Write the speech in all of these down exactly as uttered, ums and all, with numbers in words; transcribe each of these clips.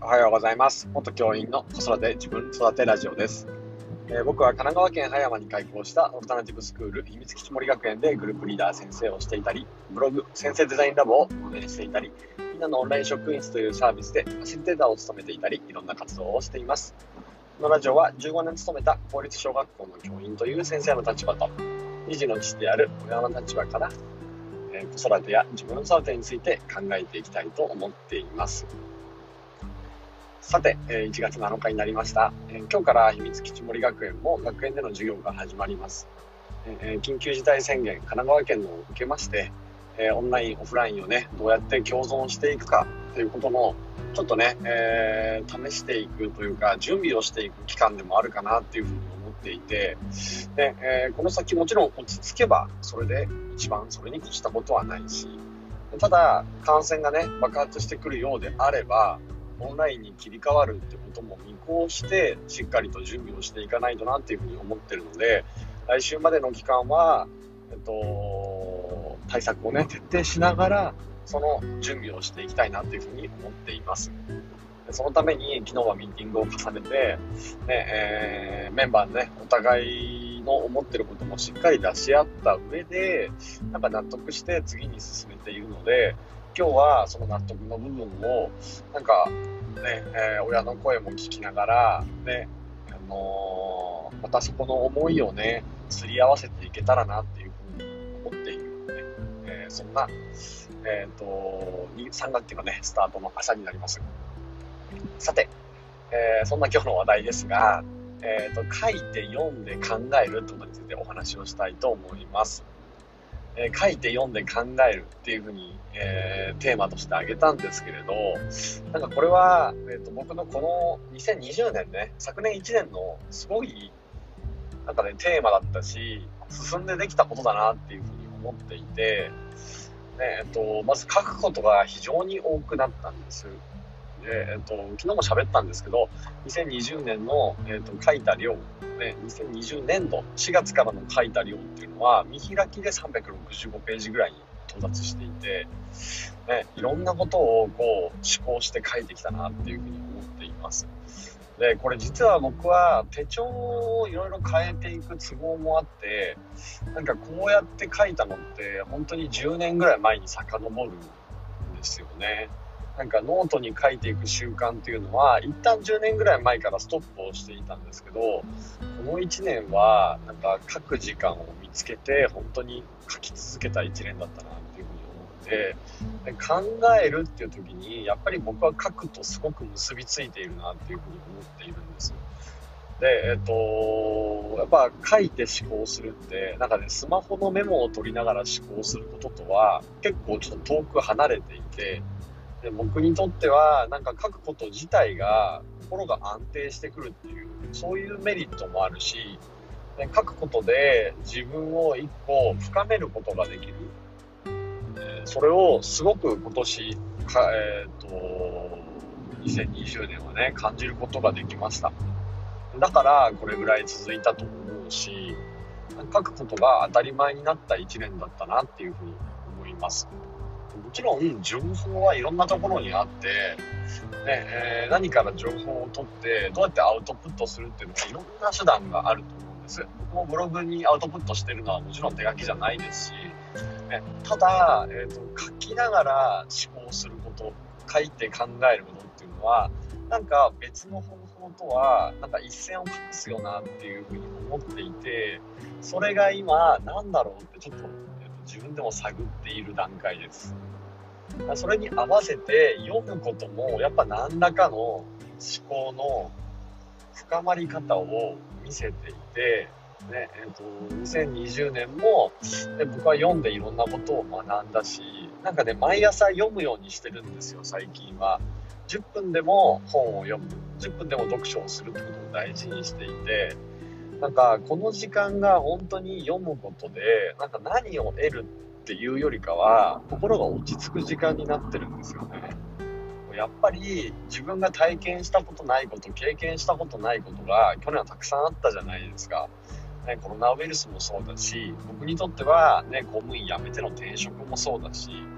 はようございます。元教員の子育て自分育てラジオです。えー僕は神奈川県葉山に開校したオルタナティブスクール秘密基地森学園でグループリーダー先生をしていたり、ブログ先生デザインラボを運営していたり、みんなのオンライン職員室というサービスでファシリテーターを務めていたり、いろんな活動をしています。このラジオはじゅうごねん勤めた公立小学校の教員という先生の立場と、二児の父である親の立場から、えー子育てや自分の育てについて考えていきたいと思っています。さて、いちがつなのかになりました。今日から秘密基地森学園も学園での授業が始まります。緊急事態宣言、神奈川県のを受けまして、オンライン、オフラインをね、どうやって共存していくかということの、ちょっとね、えー、試していくというか、準備をしていく期間でもあるかなっていうふうに思っていて、でえー、この先もちろん落ち着けば、それで一番それに越したことはないし、ただ、感染がね、爆発してくるようであれば、オンラインに切り替わるってことも見越してしっかりと準備をしていかないとなっていうふうに思ってるので、来週までの期間は、えっと、対策をね徹底しながらその準備をしていきたいなっていうふうに思っています。そのために昨日はミーティングを重ねて、ねえー、メンバーのねお互いの思ってることもしっかり出し合った上でなんか納得して次に進めているので、今日はその納得の部分をなんかね、えー、親の声も聞きながらね、あのー、またそこの思いをねすり合わせていけたらなっていうふうに思っているので、えー、そんな、えー、とさん学期のねスタートの朝になります。さて、えー、そんな今日の話題ですが、えー、と書いて読んで考えるということについてお話をしたいと思います。えー、書いて読んで考えるっていうふうに、えー、テーマとして挙げたんですけれど、なんかこれは、えー、と僕のこのにせんにじゅうねんね、昨年いちねんのすごいなんかねテーマだったし、進んでできたことだなっていうふうに思っていて、ねえー、とまず書くことが非常に多くなったんです。でえー、と昨日も喋ったんですけど、にせんにじゅうねんの、えー、と書いた量、ね、にせんにじゅうねんどしがつからの書いた量っていうのは見開きでさんびゃくろくじゅうごページぐらいに到達していて、ね、いろんなことをこう思考して書いてきたなっていうふうに思っています。でこれ実は僕は手帳をいろいろ変えていく都合もあって、なんかこうやって書いたのって本当にじゅうねんぐらい前に遡るんですよね。なんかノートに書いていく習慣っていうのは一旦じゅうねんぐらい前からストップをしていたんですけど、このいちねんはなんか書く時間を見つけて本当に書き続けたいちねんだったなっていうふうに思って、で考えるっていう時にやっぱり僕は書くとすごく結びついているなっていうふうに思っているんです。でえっとやっぱ書いて思考するってなんかね、スマホのメモを取りながら思考することとは結構ちょっと遠く離れていて、で僕にとってはなんか書くこと自体が心が安定してくるっていう、そういうメリットもあるし、で書くことで自分を一歩深めることができる、えーそれをすごく今年か、えー、とにせんにじゅうねんはね感じることができました。だからこれぐらい続いたと思うし、書くことが当たり前になったいちねんだったなっていうふうに思います。もちろん情報はいろんなところにあって、ねえー、何から情報を取ってどうやってアウトプットするっていうのはいろんな手段があると思うんです。僕もブログにアウトプットしてるのはもちろん手書きじゃないですし、ね、ただ、えーと、書きながら思考すること、書いて考えることっていうのはなんか別の方法とはなんか一線を画すよなっていうふうに思っていて、それが今なんだろうってちょっと自分でも探っている段階です。それに合わせて読むこともやっぱ何らかの思考の深まり方を見せていて、ねえー、とにせんにじゅうねんも、ね、僕は読んでいろんなことを学んだし、なんかね毎朝読むようにしてるんですよ。最近はじゅっぷんでも本を読む、じゅっぷんでも読書をするってことを大事にしていて、なんかこの時間が本当に読むことでなんか何を得るっていうよりかは心が落ち着く時間になってるんですよね。やっぱり自分が体験したことないこと、経験したことないことが去年はたくさんあったじゃないですか、ね、コロナウイルスもそうだし、僕にとっては、ね、公務員辞めての転職もそうだし、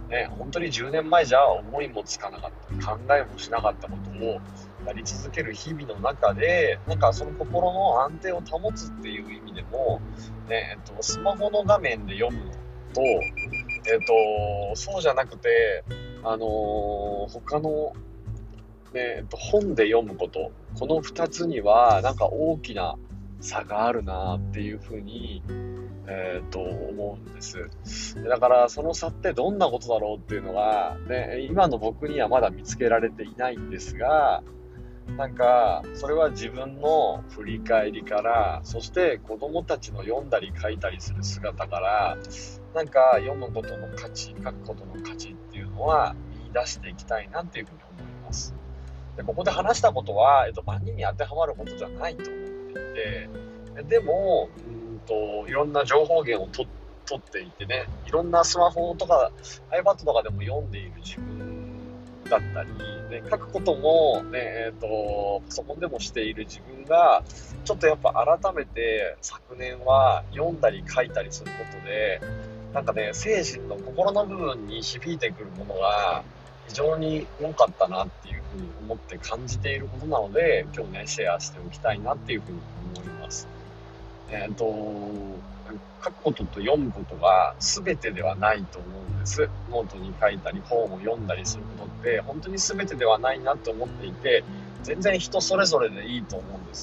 ね、本当にじゅうねんまえじゃ思いもつかなかった、考えもしなかったことをやり続ける日々の中で、なんかその心の安定を保つっていう意味でも、ね、えっと、スマホの画面で読むのと、えっと、そうじゃなくて、あのー、他の、ね、えっと、本で読むこと、このふたつにはなんか大きな差があるなっていうふうに、えー、と思うんです。だからその差ってどんなことだろうっていうのが、ね、今の僕にはまだ見つけられていないんですが、なんかそれは自分の振り返りから、そして子供たちの読んだり書いたりする姿から、なんか読むことの価値、書くことの価値っていうのは見出していきたいなっていうふうに思います。でここで話したことは、えっと、万人に当てはまることじゃないと思っていて、でもうんといろんな情報源をと取っていてね、いろんなスマホとか iPad とかでも読んでいる自分だったり、ね、書くことも、ねえー、とパソコンでもしている自分がちょっとやっぱ改めて昨年は読んだり書いたりすることで、なんかね、精神の心の部分に響いてくるものが非常に良かったなっていうふうに思って感じていることなので、今日ねシェアしておきたいなっていうふうに思います。えっと書くことと読むことが全てではないと思うんです。ノートに書いたり本を読んだりすることって本当に全てではないなと思っていて、全然人それぞれでいいと思うんです。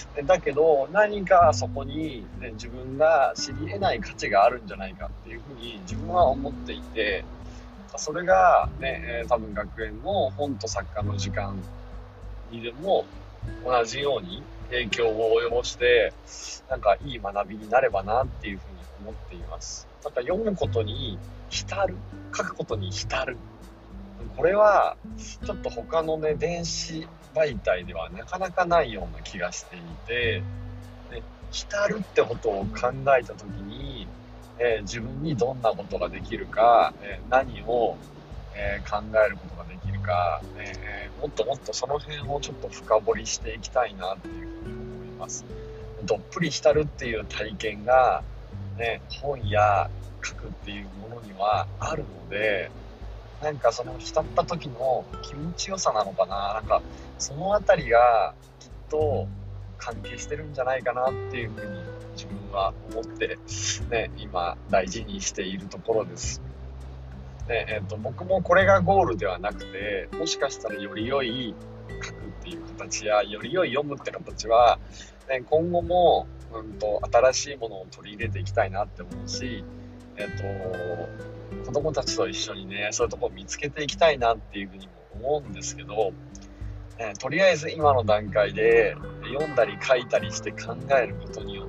だけど何かそこに、ね、自分が知り得ない価値があるんじゃないかっていうふうに自分は思っていて、それが、ね、多分学園の本と作家の時間にでも同じように影響を及ぼして、なんかいい学びになればなっていうふうに思っています。なんか読むことに浸る、書くことに浸る、これはちょっと他のね電子媒体ではなかなかないような気がしていて、で浸るってことを考えた時に、えー、自分にどんなことができるか、えー、何を、えー、考えることができるか、えー、もっともっとその辺をちょっと深掘りしていきたいなっていうふうに思います。どっぷり浸るっていう体験が、ね、本や書くっていうものにはあるので、なんかその浸った時の気持ちよさなのかな、なんかそのあたりがきっと関係してるんじゃないかなっていうふうに自分は思って、ね、今大事にしているところです。ねえー、と僕もこれがゴールではなくて、もしかしたらより良い書くっていう形やより良い読むって形は、ね、今後も、うんと、新しいものを取り入れていきたいなって思うし、えー、と子供たちと一緒にねそういうところを見つけていきたいなっていうふうにも思うんですけど、えー、とりあえず今の段階で読んだり書いたりして考えることによって、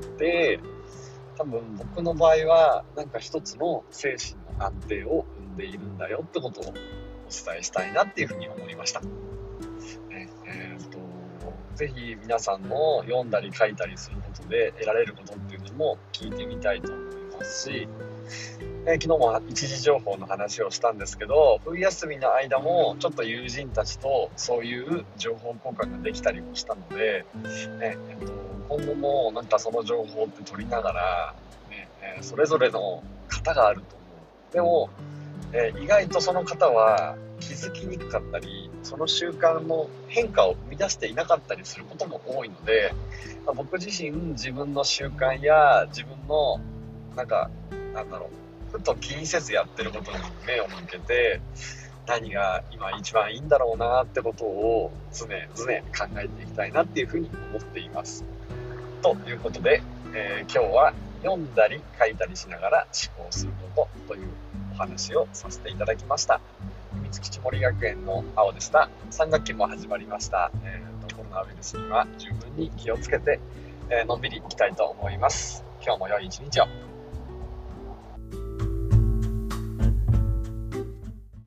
多分僕の場合はなんか一つの精神の安定を生んでいるんだよってことをお伝えしたいなっていうふうに思いました。ねえー、とぜひ皆さんの読んだり書いたりすることで得られることっていうのも聞いてみたいと思いますし、えー、昨日も一時情報の話をしたんですけど、冬休みの間もちょっと友人たちとそういう情報交換ができたりもしたので、ねえー、と今後もなんかその情報って取りながら、ねえー、それぞれの型があると思う。でも、えー、意外とその方は気づきにくかったり、その習慣の変化を生み出していなかったりすることも多いので、まあ、僕自身自分の習慣や自分のなんかなんだろう、ふと気にせずやってることに目を向けて、何が今一番いいんだろうなってことを常々考えていきたいなっていうふうに思っています。ということで、えー、今日は読んだり書いたりしながら思考することというお話をさせていただきました。秘密基地森学園の青でした。さん学期も始まりました。えーと、コロナウイルスには十分に気をつけて、えー、のんびりいきたいと思います。今日も良い一日を。